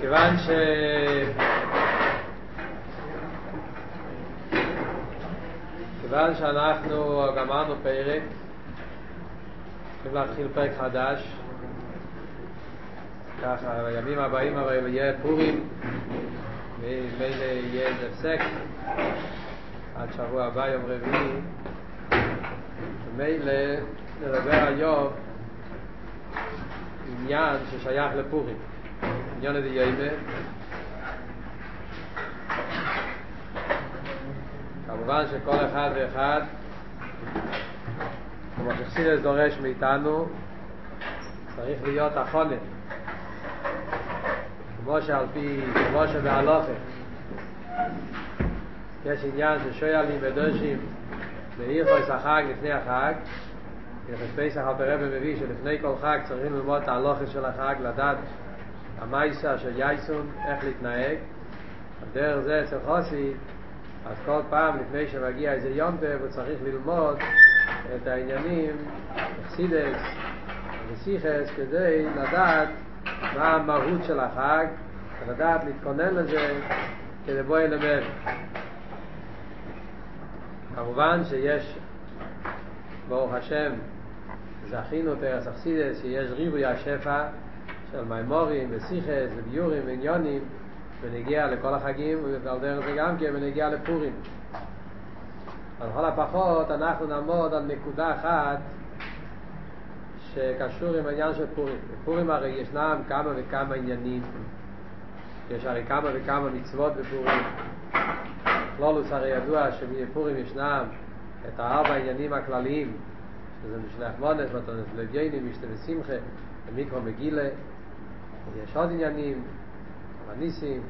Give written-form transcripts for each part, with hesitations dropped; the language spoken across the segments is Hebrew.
כיוון שאנחנו גמרנו פרק, צריכים להתחיל פרק חדש. ככה בימים הבאים אבל יהיה פורים, ומילא יהיה איזה הפסק עד שבוע הבא יום רביעי. ומילא נדבר היום עניין ששייך לפורים, עניין הדיימה. כמובן שכל אחד ואחד, כמו שחסידות דורש מאיתנו, צריך להיות החונה, כמו שבהלוכה יש עניין ששואלים ודורשים בהלכות החג לפני החג. בהלכות פסח אלתר רבי מביא שלפני כל חג צריכים ללמוד את ההלכה של החג, לדעת המייסה של יייסון, איך להתנהג. דרך זה אצל חסיד, אז כל פעם לפני שמגיע איזה יום טוב הוא צריך ללמוד את העניינים בחסידות ובשיחס כדי לדעת מה המהות של החג ולדעת להתכונן לזה כדי בוא ילמד. כמובן שיש, ברוך השם, זכינו תרס החסידות שיש ריבוי השפע של מימורים ושיחס וביורים ועניונים ונגיע לכל החגים, ועל דרך זה גם כן ונגיע לפורים. על כל הפחות אנחנו נעמוד על נקודה אחת שקשור עם העניין של פורים. בפורים הרי ישנם כמה וכמה עניינים, יש הרי כמה וכמה מצוות בפורים. כלולוס הרי ידוע שבפורים ישנם את הארבע העניינים הכלליים, שזה משלח מונס, מתונס לוויינים, משתה ושמחה, ומיקרו מגילה. יש עוד עניינים הניסים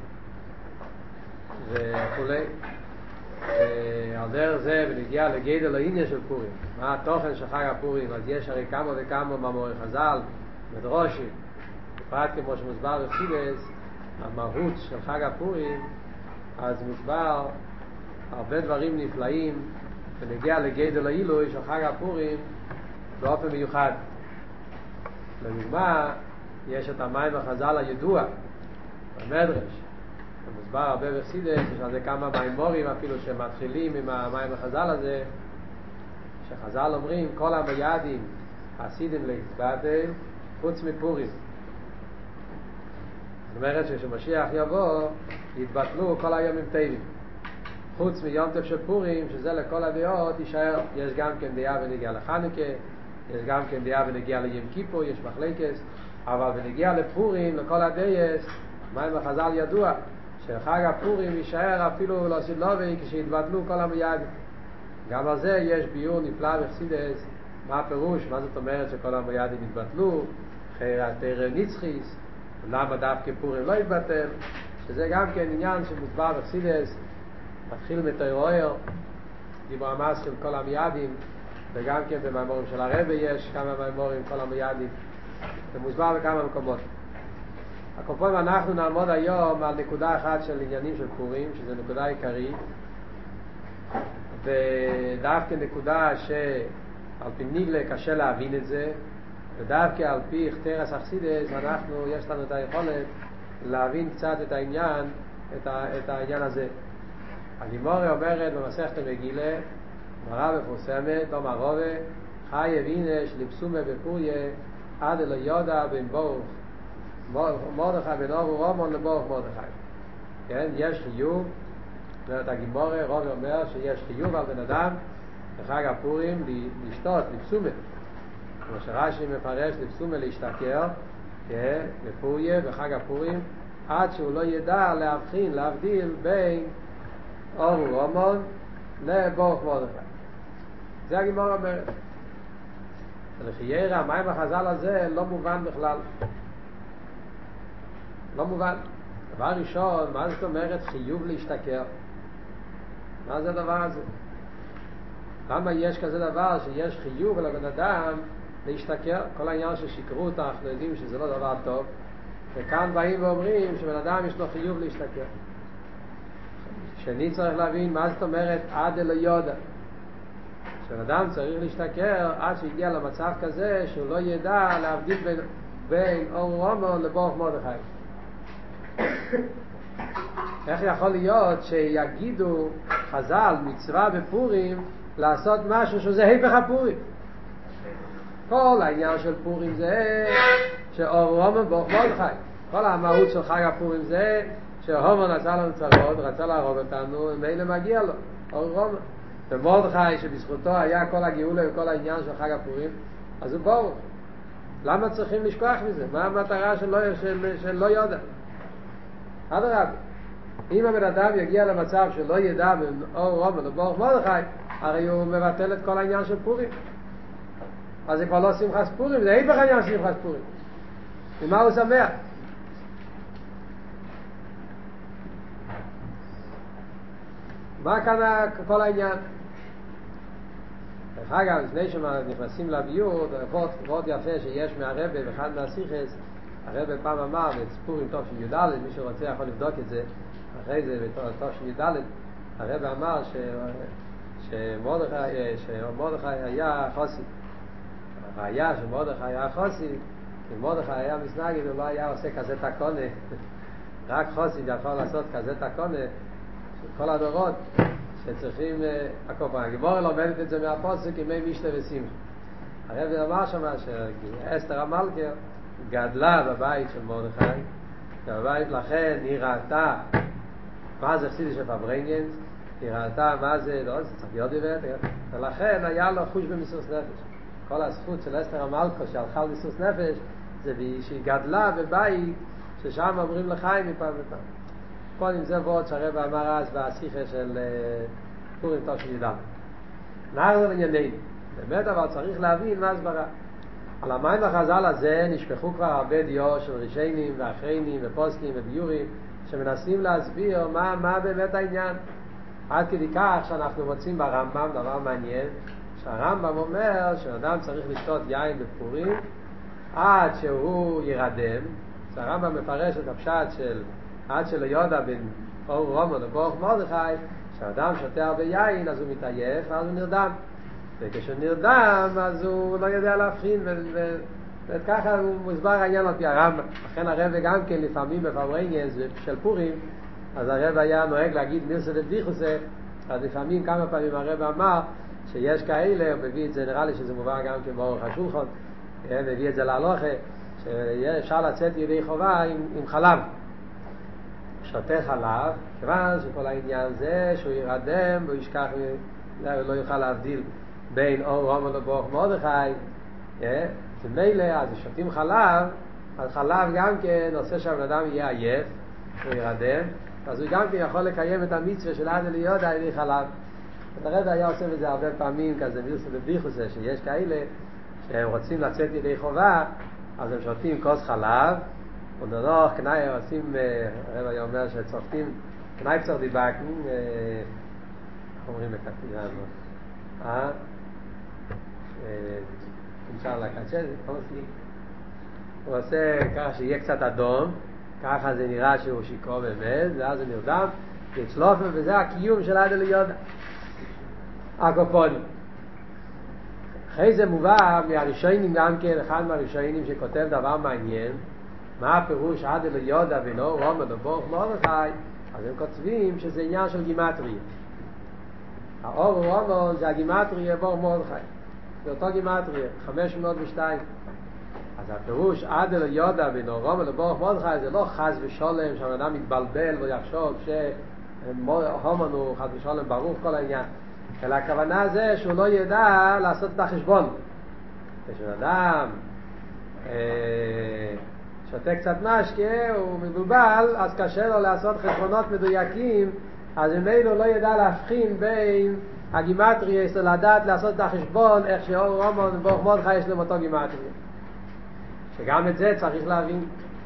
וכולי. על דרך זה ונגיע לגדל העניין של פורים, מה התוכן של חג הפורים. אז יש הרי כמה וכמה מאמרי חז"ל מדרושים, בפרט כמו שמוסבר בחסידות המהות של חג הפורים, אז מוסבר הרבה דברים נפלאים ונגיע לגדל העילוי של חג הפורים באופן מיוחד. לדוגמה, יש את המים החז"ל הידוע במדרש, מוסבר הרבה בחסידות, יש על זה כמה מימורים אפילו שמתחילים עם המים החז"ל הזה, שחז"ל אומרים כל המיידים חסידים להתבטל חוץ מפורים. זאת אומרת שכשמשיח יבוא יתבטלו כל הימים טובים חוץ מיום טוב של פורים, שזה לכל הדעות יישאר. יש גם כן דעה ונגיע לחנוכה, יש גם כן דעה ונגיע ליום כיפור, יש מחלקת, אבל ונגיע לפורים לכל הדעות מים החז"ל ידוע שחג הפורים יישאר אפילו לא סילובי כשיתבטלו כל המיידים. גם על זה יש ביור נפלא בחסידות, מה הפירוש, מה זאת אומרת שכל המיידים יתבטלו, תרא נצחיס, למה דווקא פורים לא יתבטל, שזה גם כן עניין שמוסבר בחסידות. מתחיל מתיאוריה דיבור המס של כל המיידים, וגם כן במאמרים של הרבי יש כמה מאמרים כל המיידים, זה מוסבר בכמה מקומות. הקופון אנחנו נעמוד היום על נקודה אחת של עניינים של פורים, שזה נקודה עיקרית, ודווקא נקודה שעל פי ניגלה קשה להבין את זה, ודווקא על פי תרס החסידות יש לנו את היכולת להבין קצת את העניין, את העניין הזה. הגימורה אומרת במסכת מגילה, גמרא מפורסמת, אומר רבה, חי אבינש לפסומה בפוריה עד אלא יודע בן ברוך מרדכי בן אורו רומן לברוך מרדכי. כן, יש חיוב, אומרת הגימורה, רבי אומר שיש חיוב על בן אדם בחג הפורים לשתות לפסומה, כמו שרש"י מפרש לפסומה להשתכר, כן, בפוריה בחג הפורים, עד שהוא לא ידע להבחין, להבדיל בין אורו רומן לברוך מרדכי. זה הגימורה אומרת. ולחיירה המים החז"ל הזה לא מובן בכלל, לא מובן. דבר ראשון, מה זאת אומרת חיוב להשתכר? מה זה הדבר הזה? למה יש כזה דבר שיש חיוב לבן אדם להשתכר? כל העניין ששיקרו אותה, אנחנו יודעים שזה לא דבר טוב, וכאן באים ואומרים שבן אדם יש לו חיוב להשתכר. שני צריך להבין מה זאת אומרת עד אלא יודע. שבן אדם צריך להשתכר עד שיגיע למצב כזה שהוא לא ידע להבדיל בין אור רומן לברוך מרדכי. איך יכול להיות שיגידו חז"ל מצווה בפורים לעשות משהו שזה היפך הפורים? כל העניין של פורים זה שאור המן ברוך מרדכי. כל המהות של חג הפורים זה שהומן עשה לנו צרות, רצה להרוג אותנו, ומילא מגיע לו אור המן. ומרדכי שבזכותו היה כל הגאולה וכל העניין של חג הפורים, אז הוא ברוך. למה צריכים לשכוח מזה? מה המטרה של לא יודע? אדרבה, אם הבן אדם יגיע למצב שלא ידע בין אור המן וברוך מרדכי, הרי הוא מבטל את כל העניין של פורים. אז זה כבר לא שמחת פורים, זה היפך העניין של שמחת פורים. ממה הוא שמח? מה כאן כל העניין? דרך אגב, לפני שנכנסים לביור, מאוד יפה שיש מהרבא ואחד מהשיחס, הרבא פעם אמר בסיפור עם טוב של י"ד, מי שרוצה יכול לבדוק את זה אחרי זה בטוב של י"ד, הרבא אמר שמרדכי היה חוסי. הראיה שמרדכי היה חוסי, כי מרדכי היה מסנגד, הוא לא היה עושה כזה תקונה, רק חוסי יכול לעשות כזה תקונה של כל הדורות שצריכים הקופה. הגימורה לומדת את זה מהפוסק ימי משתה ושמחה. הרב אמר שם שאסתר המלכה גדלה בבית של מרדכי, בבית לכן היא ראתה מה זה חסידי של פברנגנס, היא ראתה מה זה, לא, זה צריך להיות בבית, ולכן היה לו חוש במסוס נפש. כל הזכות של אסתר המלכה שהלכה למסוס נפש זה שהיא גדלה בבית ששם אומרים לחיים מפעם ופעם. כל עם זה ועוד שהרב אמר אז בשיחה של פורים טוב של י"ד. נער זה לענייננו. באמת אבל צריך להבין מה הסברה. על המים החז"ל הזה נשפכו כבר הרבה דיו של רישיינים ואחריינים ופוסקים וביורים שמנסים להסביר מה באמת העניין. עד כדי כך שאנחנו מוצאים ברמב"ם דבר מעניין, שהרמב"ם אומר שאדם צריך לשתות יין בפורים עד שהוא ירדם. שהרמב"ם מפרש את הפשט של עד שלא יודע בין אור המן וברוך מרדכי, כשאדם שותה הרבה יין אז הוא מתעייף ואז הוא נרדם, וכשנרדם אז הוא לא יודע להבחין, וככה הוא מוסבר העניין על פי הרמב"ם. לכן הרב גם כן לפעמים בפברנגנס של פורים, אז הרב היה נוהג להגיד מירסא דבדיחוסא, אז לפעמים כמה פעמים הרב אמר שיש כאלה, הוא מביא את זה, נראה לי שזה מובא גם כן באורך השולחן, מביא את זה להלוכה, שאפשר לצאת ידי חובה עם חלב. שותה חלב, כיוון שכל העניין זה שהוא ירדם והוא ישכח, לא יוכל להבדיל בין אור המן וברוך מרדכי, ומילא אז שותים חלב, אז חלב גם כן עושה שהבן אדם יהיה עייף, הוא ירדם, אז הוא גם כן יכול לקיים את המצווה של עד אליודע על ידי חלב. הרב היה עושה את זה הרבה פעמים, כזה מירסא דבדיחוסא, שיש כאלה שהם רוצים לצאת ידי חובה, אז הם שותים כוס חלב, ונוח קנאי עושים, הרב היה אומר שצופתים קנאי פצור דיבקן, אומרים בקטירן, אפשר לקצ'ל, הוא עושה ככה שיהיה קצת אדום, ככה זה נראה שהוא שיקרו באמת, ואז הוא נרדם, יצלופם, וזה הקיום של עד אליודע. הקופונים. אחרי זה מובא מהראשונים גם כן, אחד מהראשונים שכותב דבר מעניין, מה הפירוש עד אליודע בין אור המן וברוך מרדכי, אז הם כותבים שזה עניין של גימטריה. האור המן זה הגימטריה ברוך מרדכי. זה אותו גימטריה, 502. אז הפירוש עד אליודע בין אור המן וברוך מרדכי זה לא חס ושולם שהאדם מתבלבל ויחשוב שהומן הוא חס ושולם ברוך כל העניין. אלא הכוונה זה שהוא לא ידע לעשות את החשבון. כשאדם שותה קצת משקה, הוא מבולבל, אז קשה לו לעשות חשבונות מדויקים, אז ממילא הוא לא ידע להבחין בין הגימטריה, יש לו לדעת לעשות את החשבון, איך שאור המן וברוך מרדכי יש להם אותו גימטריה. שגם את זה צריך להבין.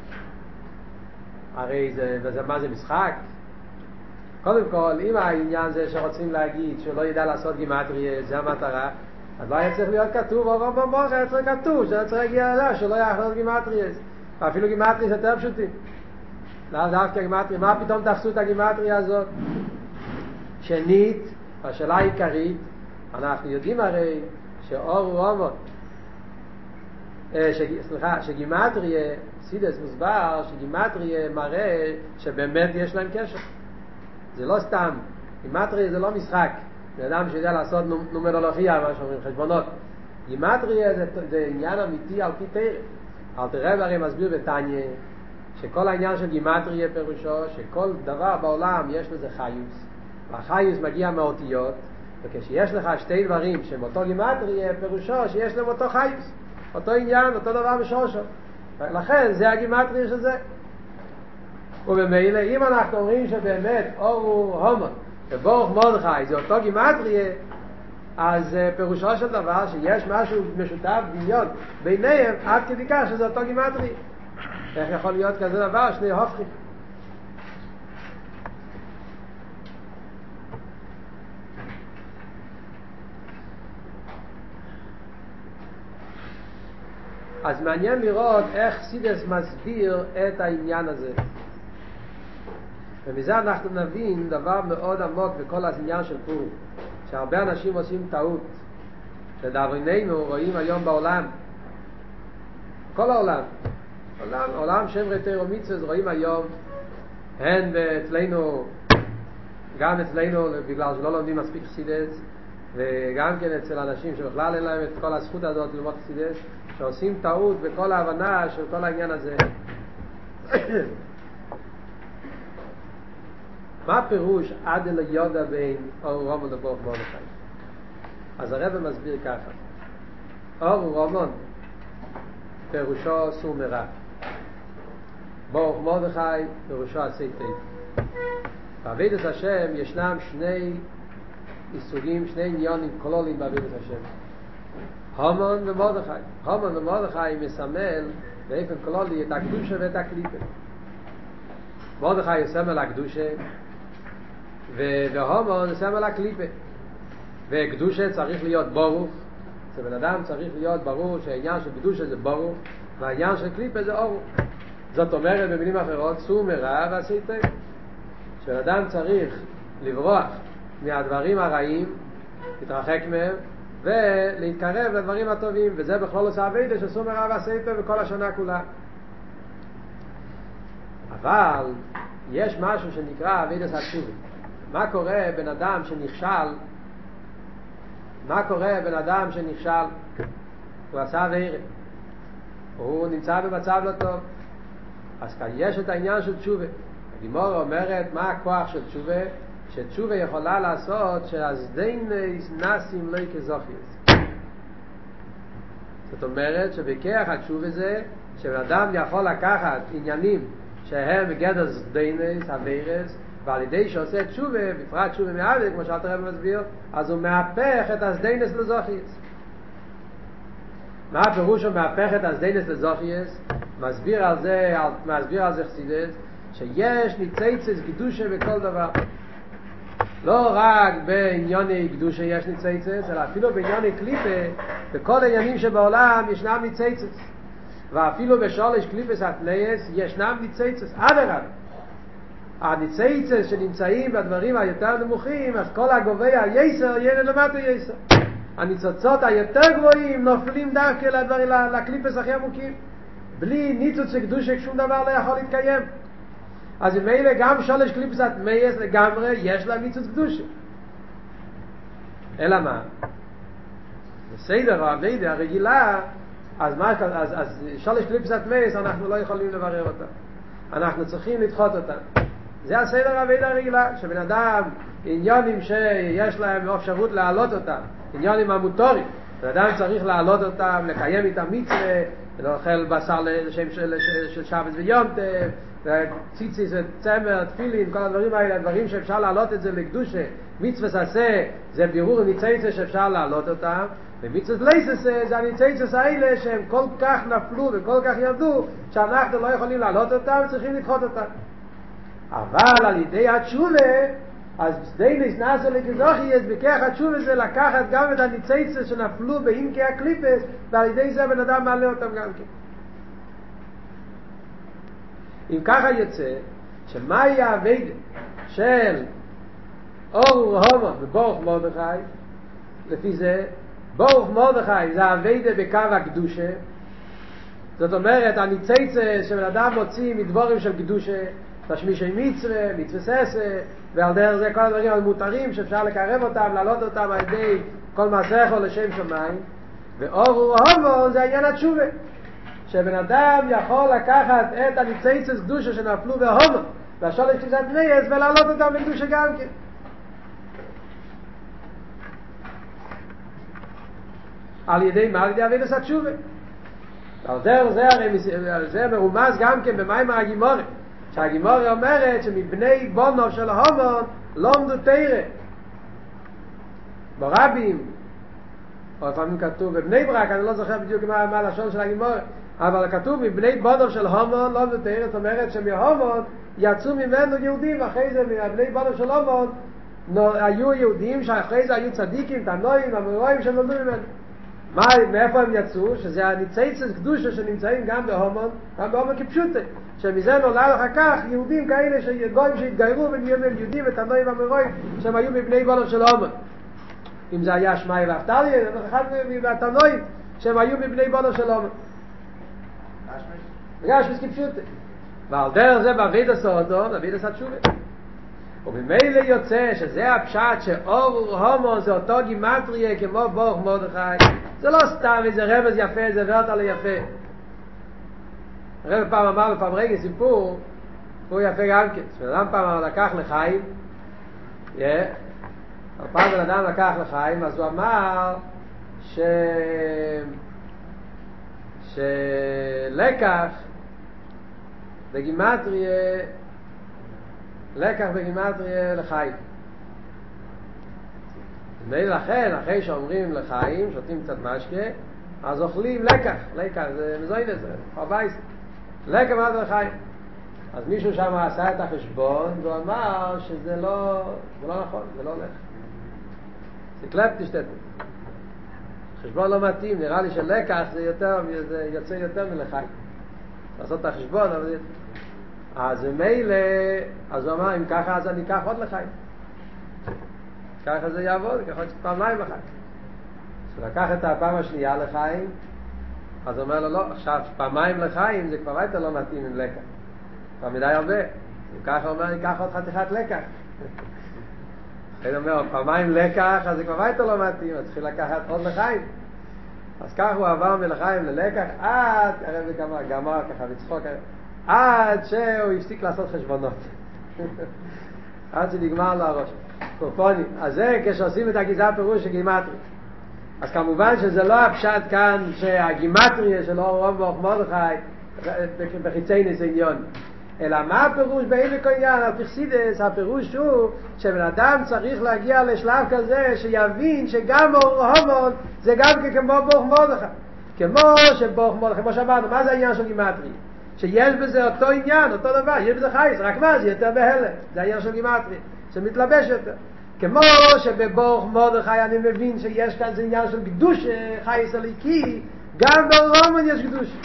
הרי מה זה משחק? קודם כל, אם העניין זה שרוצים להגיד שהוא לא ידע לעשות גימטריה, זה המטרה, אז לא היה צריך להיות כתוב, אור המן וברוך היה צריך כתוב, שלא צריך להגיע אליו, שלא היה לעשות גימטריה. ואפילו גימטריה זה יותר פשוטים. דווקא גימטריה, מה פתאום תפסו את הגימטריה הזאת? שנית, השאלה העיקרית, אנחנו יודעים הרי שאור המן, שגימטריה בחסידות מוסבר שגימטריה מראה שבאמת יש להם קשר. זה לא סתם, גימטריה זה לא משחק. זה אדם שיודע לעשות נומרולוגיה, מה שאומרים, חשבונות. גימטריה זה עניין אמיתי על פי תורה. אלתר רבי הרי מסביר בתניא שכל העניין של גימטריה פירושו שכל דבר בעולם יש לזה חיוס. והחיוס מגיע מאותיות, וכשיש לך שתי דברים שהם אותו גימטריה פירושו שיש להם אותו חיוס. אותו עניין, אותו דבר בשורשו. לכן זה הגימטריה של זה. ובמילא אם אנחנו אומרים שבאמת אור הוא הומו וברוך מרדכי זה אותו גימטריה, אז פירושו של דבר שיש משהו משותף דמיון ביניהם עד כדי כך שזה אותו גימטריה. איך יכול להיות כזה דבר שני הופכים? אז מעניין לראות איך חסידות מסביר את העניין הזה. ומזה אנחנו נבין דבר מאוד עמוק בכל העניין של פורים. שהרבה אנשים עושים טעות. שלדאבוננו רואים היום בעולם, כל העולם, עולם שם רתר ומצוות רואים היום, הן אצלנו, גם אצלנו בגלל שלא לומדים מספיק חסידות, וגם כן אצל אנשים שבכלל אין להם את כל הזכות הזאת ללמוד חסידות, שעושים טעות בכל ההבנה של כל העניין הזה. מה פירוש עד אל יודע בין אור רמון לברוך מרדכי? אז הרב מסביר ככה. אור רמון פירושו סור מרע. ברוך מרדכי פירושו עשה טוב. בעבודת השם ישנם שני סוגים, שני עניונים כלולים בעבודת השם. הומן ומרדכי. הומן ומרדכי מסמל באופן כללי את הקדושה ואת הקליפה. מרדכי הוא סמל הקדושה והומן הוא סמל הקליפה. וקדושה צריך להיות ברוך. בן אדם צריך להיות ברור שהעניין של קדושה זה ברוך והעניין של קליפה זה אור. זאת אומרת במילים אחרות סור מרע ועשה טוב. שבן אדם צריך לברוח מהדברים הרעים, להתרחק מהם ולהתקרב לדברים הטובים, וזה בכלל עושה עבודה של סור מרע ועשה טוב בכל השנה כולה. אבל יש משהו שנקרא עבודת התשובה. מה קורה בן אדם שנכשל? מה קורה בן אדם שנכשל? הוא עשה עבירה, הוא נמצא במצב לא טוב. אז כאן יש את העניין של תשובה. הגימורה אומרת מה הכוח של תשובה? שתשובה יכולה לעשות שהזדייניס נסים לא כזוכיס. זאת אומרת שבכך התשובה זה שבן אדם יכול לקחת עניינים שהם בגדר זדייניס, עבירס, ועל ידי שעושה תשובה, בפרט תשובה מעבד, כמו שאלתר רבי מסביר, אז הוא מהפך את הזדיינס לזוכיס. מה הפירוש הוא מהפך את הזדיינס לזוכיס? מסביר על זה חסידות, שיש ניציצס קדושה בכל דבר. לא רק בענייני קדושה יש ניציצס, אלא אפילו בענייני קליפה, בכל העניינים שבעולם ישנם ניציצס. ואפילו בשורש קליפס התנאיס ישנם ניציצס. אדרבה. הניציצס שנמצאים בדברים היותר נמוכים, אז כל הגובה היסר יהיה למטה יסר. הניצוצות היותר גבוהים נופלים דווקא לקליפס הכי עמוקים. בלי ניצוץ קדושה שום דבר לא יכול להתקיים. אז ממילא גם שורש קליפס התנאיס לגמרי יש לה ניצוץ קדושה. אלא מה? בסדר או העבודה הרגילה, אז שורש קליפס התנאיס אנחנו לא יכולים לברר אותה. אנחנו צריכים לדחות אותה. זה הסדר העבודה הרגילה, שבן אדם, עניונים שיש להם אפשרות להעלות אותם, עניונים המוטוריים, בן אדם צריך להעלות אותם, לקיים איתם מצווה, לאכול בשר לשם של שבת ויום טוב, ציציס וצמר, תפילין, כל הדברים האלה, הדברים שאפשר להעלות את זה לקדושה, מצווה עשה, זה בירור ניציצה שאפשר להעלות אותם, ומצווה ליססה זה הניציצה האלה שהם כל כך נפלו וכל כך ירדו, שאנחנו לא יכולים להעלות אותם, צריכים לדחות אותם. אבל על ידי התשובה, אז בסדיינס נעשה לכזוכיס, בכך התשובה זה לקחת גם את הניציצה שנפלו בעמקי הקליפס, ועל ידי זה בן אדם מעלה אותם גם כן. אם ככה יצא, שמהי העבודה של אור הומו וברוך מרדכי, לפי זה, ברוך מרדכי זה העבודה בקו הקדושה, זאת אומרת, הניצייצה שבן אדם מוציא מדבורים של קדושה, תשמישי מצווה, מצווה ססה, ועל דרך זה כל הדברים המותרים שאפשר לקרב אותם, להעלות אותם על ידי כל מעשיך לשם שמיים. ואור הומו זה העניין התשובה, שבן אדם יכול לקחת את הניצייצה קדושה שנפלו בהומו, והשולש קצת נייס, ולהעלות אותם בקדושה גם כן. על ידי מה? על ידי אבינס התשובה. על זה מרומז גם כן במיימר הגימורה, שהגימורה אומרת שמבני בונו של ההומון לא עמדו תירה. ברבים, או לפעמים כתוב בבני ברק, אני לא זוכר בדיוק מה הלשון של הגימורה, אבל כתוב מבני בונו של ההומון לא עמדו תירה, זאת אומרת שמההומון יצאו ממנו יהודים, ואחרי זה מבני בונו של ההומון היו יהודים שאחרי זה היו צדיקים, תנועים, אמוראים שנולדו ממנו. מאיפה הם יצאו? שזה הניצייצת קדושה שנמצאים גם בהומון, גם בהומון כפשוטה, שמזה נולד אחר כך יהודים כאלה שגויים שהתגיירו ונהיו מהם יהודים ותנועים ואמוראים שהם היו מבני בונו של ההומון. אם זה היה שמאי ואפתליה, אחד מהתנועים שהם היו מבני בונו של ההומון. רשמש כפשוטה. ועל דרך זה בעבידת סודום, בעבידת התשובה. וממילא יוצא שזה הפשט שאור הומו זה אותו גימטריה כמו ברוך מרדכי. זה לא סתם איזה רמז יפה, זה ורטל יפה. הרב פעם אמר לפעם רגע סיפור, סיפור יפה גם כן. בן אדם פעם לקח לחיים, פעם בן אדם לקח לחיים, אז הוא אמר שלקח בגימטריה, לקח בגימטריה לחיים. ולכן, אחרי שאומרים לחיים, שותים קצת משקה, אז אוכלים לקח, לקח, זה מזוין את זה, חבייס, לקח בגימטריה לחיים. אז מישהו שם עשה את החשבון, והוא אמר שזה לא נכון, זה לא הולך. זה קלפטי שתת. חשבון לא מתאים, נראה לי שלקח זה יוצא יותר מלחיים. לעשות את החשבון, אבל זה... אז מילא, אז הוא אמר, אם ככה אז אני אקח עוד לחיים. ככה זה יעבוד, ככה עוד פעמיים לחיים. אז הוא לקח את הפעם השנייה לחיים, אז הוא אומר לו, לא, עכשיו פעמיים לחיים זה כבר הייתה לא מתאים עם לקח. כבר מדי הרבה. וככה הוא אומר, אני אקח עוד חתיכת לקח. הוא אומר, פעמיים לקח, אז זה כבר הייתה לא מתאים, אז צריך לקחת עוד לחיים. אז ככה הוא עבר מלחיים ללקח, עד, הרי זה גמר ככה, לצחוק, עד שהוא הפסיק לעשות חשבונות. עד שנגמר לו הראש. קופוני. אז זה כשעושים את הגזעה פירוש של גימטרי. אז כמובן שזה לא הפשט כאן שהגימטריה של אור ברוך מרדכי בחיצי ניסיון. אלא מה הפירוש באיזה קוניין? על פרסידס, הפירוש הוא שבן אדם צריך להגיע לשלב כזה שיבין שגם אור הומון זה גם כמו ברוך מרדכי. כמו שברוך מרדכי, כמו שאמרנו, מה זה העניין של גימטרי? שיש בזה אותו עניין, אותו דבר, יש בזה חייס, רק מה? זה יותר בהלם. זה העניין של גימטרי, שמתלבש יותר. כמו שבברוך מרדכי אני מבין שיש כאן זה עניין של קדוש, חייס הליקי, גם באור הומון יש קדוש.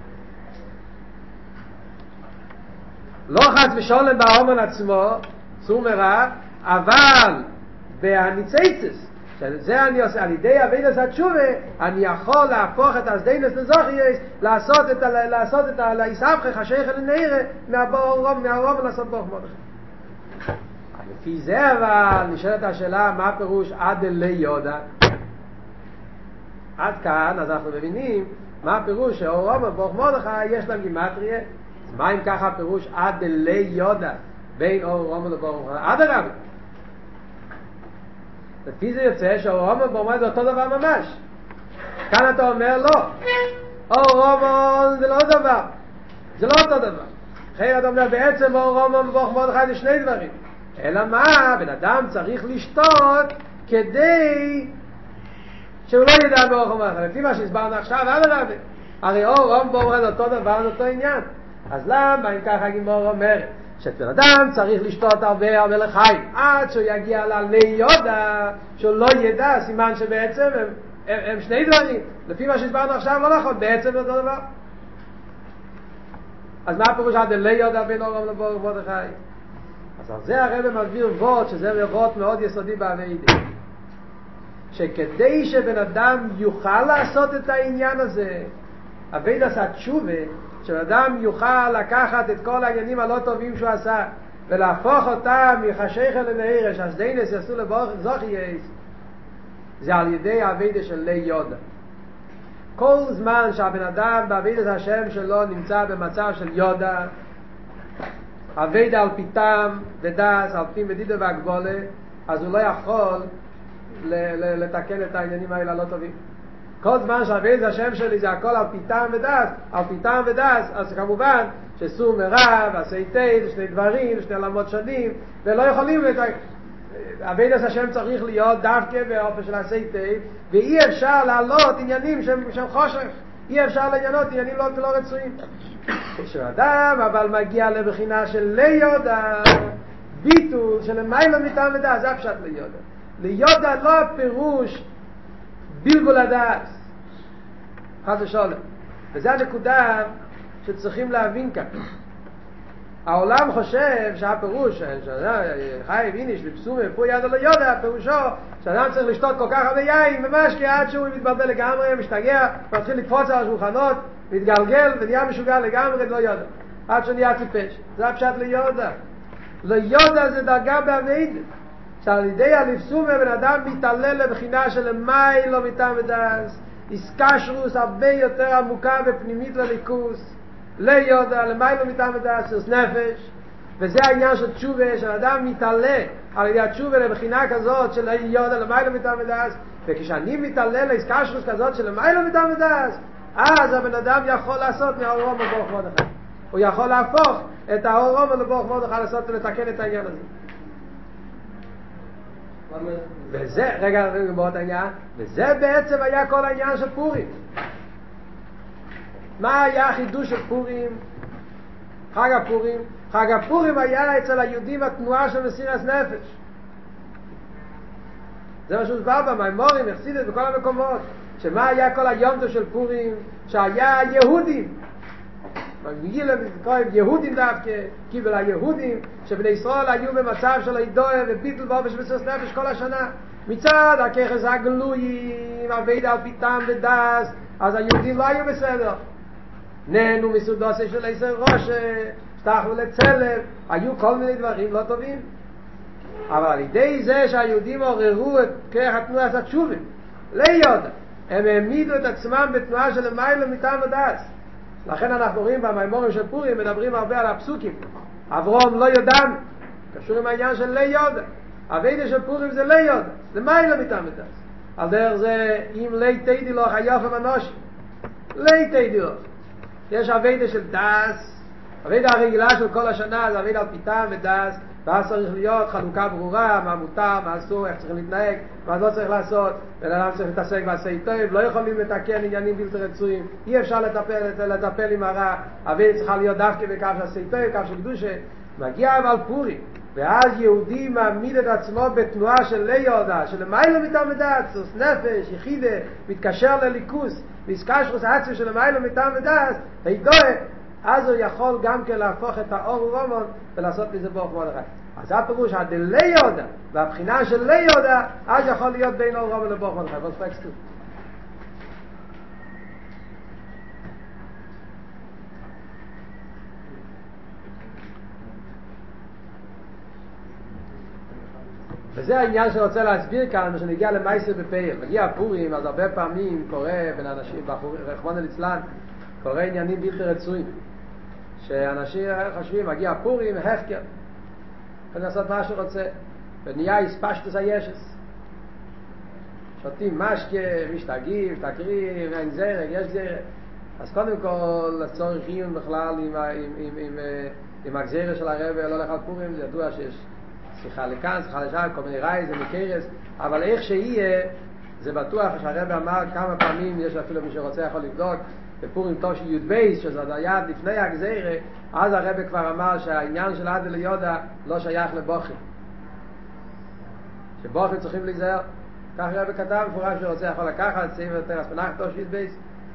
לא חס ושולם בהומון עצמו, סור מרע, אבל בהניצייצס, שזה אני עושה, על ידי אבינס התשובה, אני יכול להפוך את הסדיינס לזוכייס, לעשות את היסבכך, השייך לנעירה, מהרום לעשות ברוך מרדכי. לפי זה אבל נשאלת השאלה, מה פירוש עד אלי יודה? עד כאן, אז אנחנו מבינים, מה הפירוש שאורום וברוך מרדכי יש להם גימטריה, מה אם ככה הפירוש עד אלי יודה בין אורום וברוך מרדכי? עד הרב. לפי זה יוצא שאורום וברוך מרדכי זה אותו דבר ממש. כאן אתה אומר לא, אורום זה לא דבר, זה לא אותו דבר. אחרי אתה אומר בעצם אורום וברוך מרדכי זה שני דברים. אלא מה? בן אדם צריך לשתות כדי שהוא לא ידע ברוך מרדכי. לפי מה שהסברנו עכשיו, עד הרב. הרי אורום וברוך מרדכי זה אותו דבר, זה אותו עניין. אז למה אם ככה הגימור אומרת שבן אדם צריך לשתות הרבה לחיים עד שהוא יגיע לעלי יודה, שהוא לא ידע, סימן שבעצם הם שני דברים. לפי מה שהסברנו עכשיו לא נכון, בעצם זה אותו דבר. אז מה הפירוש עד אלי יודה בין אורום לברוך מרדכי? אז על זה הרב מסביר וורט, שזה וורט מאוד יסודי בעבודה, שכדי שבן אדם יוכל לעשות את העניין הזה, אבידס התשובה, שאדם יוכל לקחת את כל העניינים הלא טובים שהוא עשה, ולהפוך אותם מחשיך למאירש, אז דיינס יעשו לזוכייס, זה על ידי האבידה של לי יודע. כל זמן שהבן אדם באבידת השם שלו נמצא במצב של יודע, אבידה על פי טעם ודס, על פי מדידה והגבולה, אז הוא לא יכול לתקן את העניינים האלה הלא טובים. כל זמן שהאבידת השם שלי זה הכל על פי טעם ודס, על פי טעם ודס, אז כמובן שסור מרע ועשה תה זה שני דברים, שני עולמות שונים, ולא יכולים אבידת השם צריך להיות דווקא באופן של עשה תה, ואי אפשר לעלות עניינים שהם חושך, אי אפשר לעניינות עניינים לא רצויים. כשאדם אבל מגיע לבחינה של לי יודע, ביטול של מיילא מטעם ודס, זה הפשט לי יודע. לי יודע לא הפירוש בלבול הדס, חס ושלום. וזה הנקודה שצריכים להבין כאן. העולם חושב שהפירוש, חי ויניש לפסומה, פה יד לא יודע, פירושו שאדם צריך לשתות כל כך הרבה יין ומשקיע עד שהוא מתבלבל לגמרי, משתגע, מתחיל לקפוץ על השולחנות, מתגלגל ונהיה משוגע לגמרי, לא יודע. עד שנהיה טיפש. זה הפשט ליודע. ליודע זה דרגה בעביד. שעל ידי הלפסומה בן אדם מתעלל לבחינה של למי לא מטעם ודס. איסקשרוס הרבה יותר עמוקה ופנימית לליכוס. ליודע, למי לא מטעם ודס, זה נפש. וזה העניין של תשובה, שהאדם מתעלה על ידי התשובה לבחינה כזאת של ליודע, למי לא מטעם ודס. וכשאני מתעלל לאיסקשרוס כזאת של למי לא מטעם ודס, אז הבן אדם יכול לעשות מהאור רום לברוך מרדכי. הוא יכול להפוך את האור רום לברוך מרדכי לעשות ולתקן את העניין הזה. וזה, רגע נגמור את העניין, וזה בעצם היה כל העניין של פורים. מה היה החידוש של פורים? חג הפורים. חג הפורים היה אצל היהודים התנועה של מסירת נפש. זה מה שהוסבר במימורים, החסידות בכל המקומות. שמה היה כל היום של פורים? שהיה יהודים. מגיעים יהודים דווקא, קיבל היהודים, שבני ישראל היו במצב של הידועה וביטל באופן של מסירת נפש כל השנה. מצד הככס הגלויים, עבד על פי טעם ודס, אז היהודים לא היו בסדר. נהנו מסודוסי של עשר ראש, שתחו לצלב, היו כל מיני דברים לא טובים. אבל על ידי זה שהיהודים עוררו את כרך התנועה של התשובים, ליודע, הם העמידו את עצמם בתנועה של למעלה מטעם ודס. לכן אנחנו רואים במימורים של פורים, מדברים הרבה על הפסוקים. אברהם לא יודענו, קשור עם העניין של לי יודע. הווידה של פורים זה לי יודע, למעלה מטעם ודס. על דרך זה, אם לי תדעי לך היופם אנושי, לי תדעי לך. יש הווידה של דס, הווידה הרגילה של כל השנה, זה הווידה על פיתם ודס, ואז צריך להיות חלוקה ברורה, מה מותר, מה אסור, איך צריך להתנהג, מה לא צריך לעשות, ולאדם צריך להתעסק ועשי טוב, לא יכולים לתקן עניינים בלתי רצויים, אי אפשר לטפל עם הרע, הווידה צריכה להיות דווקא בקו של עשי טוב, קו של קדושה, מגיע אבל פורים, ואז יהודי מעמיד את עצמו בתנועה של לי יודע, של למעלה מטעם ודס, סוס נפש, יחידה, מתקשר לליכוס, ויסקשרוס עצמי של למעלה מטעם ודס, הידועה, אז הוא יכול גם כן להפוך את האור ורומון ולעשות מזה ברוך מרדכי. אז זה הפירוש, הדלי יודע, והבחינה של לי יודע, אז יכול להיות בין אור ורומון לברוך מרדכי. בוא ספק סטו. וזה העניין שרוצה להסביר כאן, שנגיע למייסר בפייל. מגיע הפורים, אז הרבה פעמים קורה בין אנשים, רחמנא ליצלן, קורה עניינים בלתי רצויים. שאנשים חושבים, מגיע פורים, הפקר. יכולים לעשות מה שרוצה. ונהיה הספשטוס הישס. שותים משקה, משתגעים, תקריב, אין זרק, יש זרק. אז קודם כל, לצורך עיון בכלל עם הגזירה של הרב, לא לך על פורים, זה ידוע שיש שיחה לכאן, שיחה לשם, כל מיני רעי, זה מקרס. אבל איך שיהיה, זה בטוח שהרב אמר כמה פעמים, יש אפילו מי שרוצה יכול לבדוק, בפורים תושי י' בייס, שזה היה לפני הגזירה, אז הרב כבר אמר שהעניין של עד ליודע לא שייך לבוכר. שבוכר צריכים להיזהר. כך הרב כתב, מפורש שרוצה יכול לקחת, סעיף יותר הספנח תושי י' בייס.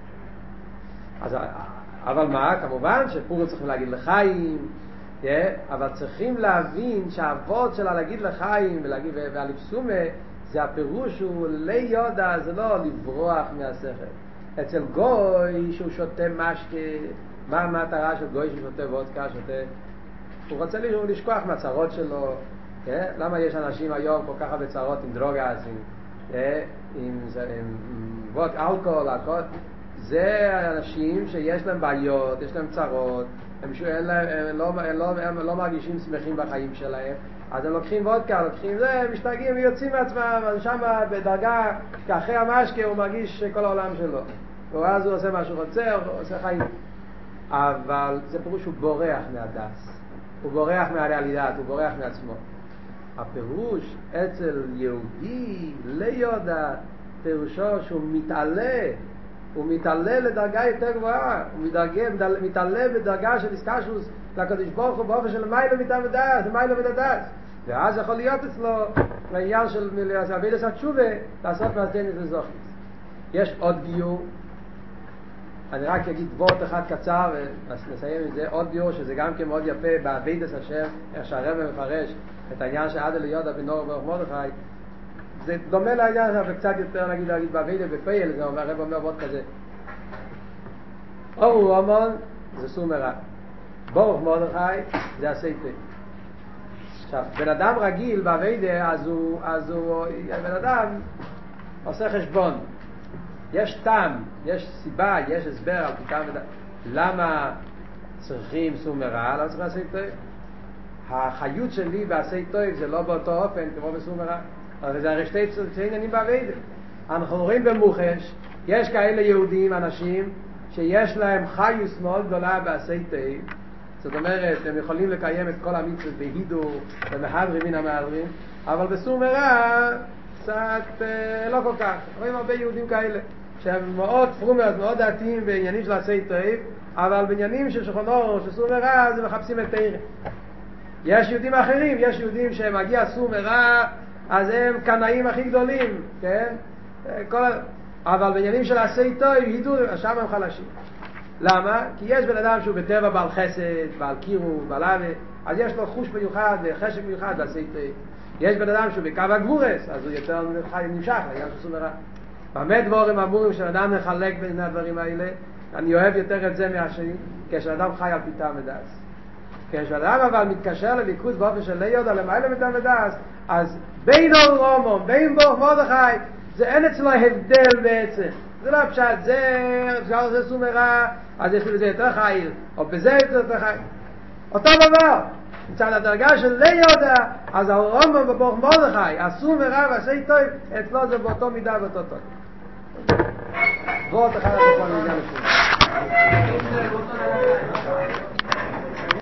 אבל מה? כמובן שפורים צריכים להגיד לחיים, אבל צריכים להבין שהעבוד שלה להגיד לחיים והלפסומה, זה הפירוש הוא לי יודע, זה לא לברוח מהשכל. אצל גוי שהוא שותה משקה, מה המטרה של גוי ששותה וודקה, הוא רוצה לשכוח מהצרות שלו. למה יש אנשים היום כל כך הרבה צרות עם דרוגס, עם אלכוהול, זה אנשים שיש להם בעיות, יש להם צרות, הם לא מרגישים שמחים בחיים שלהם, אז הם לוקחים וודקה, לוקחים זה, משתגעים ויוצאים מעצמם, אז שם בדרגה אחרי המשקה הוא מרגיש כל העולם שלו, ואז הוא עושה מה שהוא רוצה, הוא עושה חיים. אבל זה פירוש שהוא בורח מהדס, הוא בורח מהריאלידט, הוא בורח מעצמו. הפירוש אצל יהודי ליודע פירושו שהוא מתעלה, הוא מתעלה לדרגה יותר גבוהה, הוא מתעלה בדרגה של איסקשוס לקדוש ברוך הוא באופן של מיילו מטעם הדס, מיילו מדדס, ואז יכול להיות אצלו לעניין של עבודת התשובה לעשות מעשיינות לזוכיס. יש עוד גיור, אני רק אגיד וורט אחד קצר ונסיים עם זה, עוד גיור שזה גם כן מאוד יפה בעבודת השם, איך שהרב מפרש את העניין שעד אליודע בן אור ברוך מרדכי, זה דומה לעניין וקצת יותר נגיד בעבודת בפייל, זה אומר הרב אומר וורט כזה, אורו אומן זה סומרה, ברוך מרדכי זה הסייטה. עכשיו בן אדם רגיל בעבודה אז הוא בן אדם עושה חשבון, יש טעם, יש סיבה, יש הסבר על פתאום למה צריכים סומרה, למה צריכים לעשות טוב. החיות שלי בעשי טוב זה לא באותו אופן כמו בסומרה, אבל זה הרי שתי עניינים בעבודה. אנחנו רואים במוחש, יש כאלה יהודים, אנשים שיש להם חיוס מאוד גדולה בעשי טוב, זאת אומרת הם יכולים לקיים את כל המצוות בהידור ומחברים מן המהדרים, אבל בסומרה קצת לא כל כך. רואים הרבה יהודים כאלה שהם מאוד פרומרס, מאוד דעתיים בעניינים של עשי טוב, אבל בעניינים של שכונו, של סומרה, אז הם מחפשים את תאיר. יש יהודים אחרים, יש יהודים שמגיע סומרה, אז הם קנאים הכי גדולים, כן? אבל בעניינים של עשי טוב, הידור, שם הם חלשים. למה? כי יש בן אדם שהוא בטבע בעל חסד, בעל קירו, בעל אהבה, אז יש לו חוש מיוחד, חשק מיוחד בעשי טוב. יש בן אדם שהוא בקו הגבורס, אז הוא יותר נמשך לעניין של סומרה. במה דבורים אמורים שאדם מחלק בין הדברים האלה? אני אוהב יותר את זה מהשני, כשאדם חי על פיתה מדס. כשאדם אבל מתקשר לליכוז באופן של ליודע למעלה מטעם מדס, אז בין אור רומום, בין ברוך מרדכי, זה אין אצלו הבדל בעצם. זה לא פשט, זה סומרה, אז יש לי בזה יותר חייל, או בזה יותר חייל. אותו דבר, מצד הדרגה של ליודע, אז הרומום בברוך מרדכי, הסומרה ועשי טוב, אצלו זה באותו מידה ואותו טוב. וורט אחד על כל עניין השני.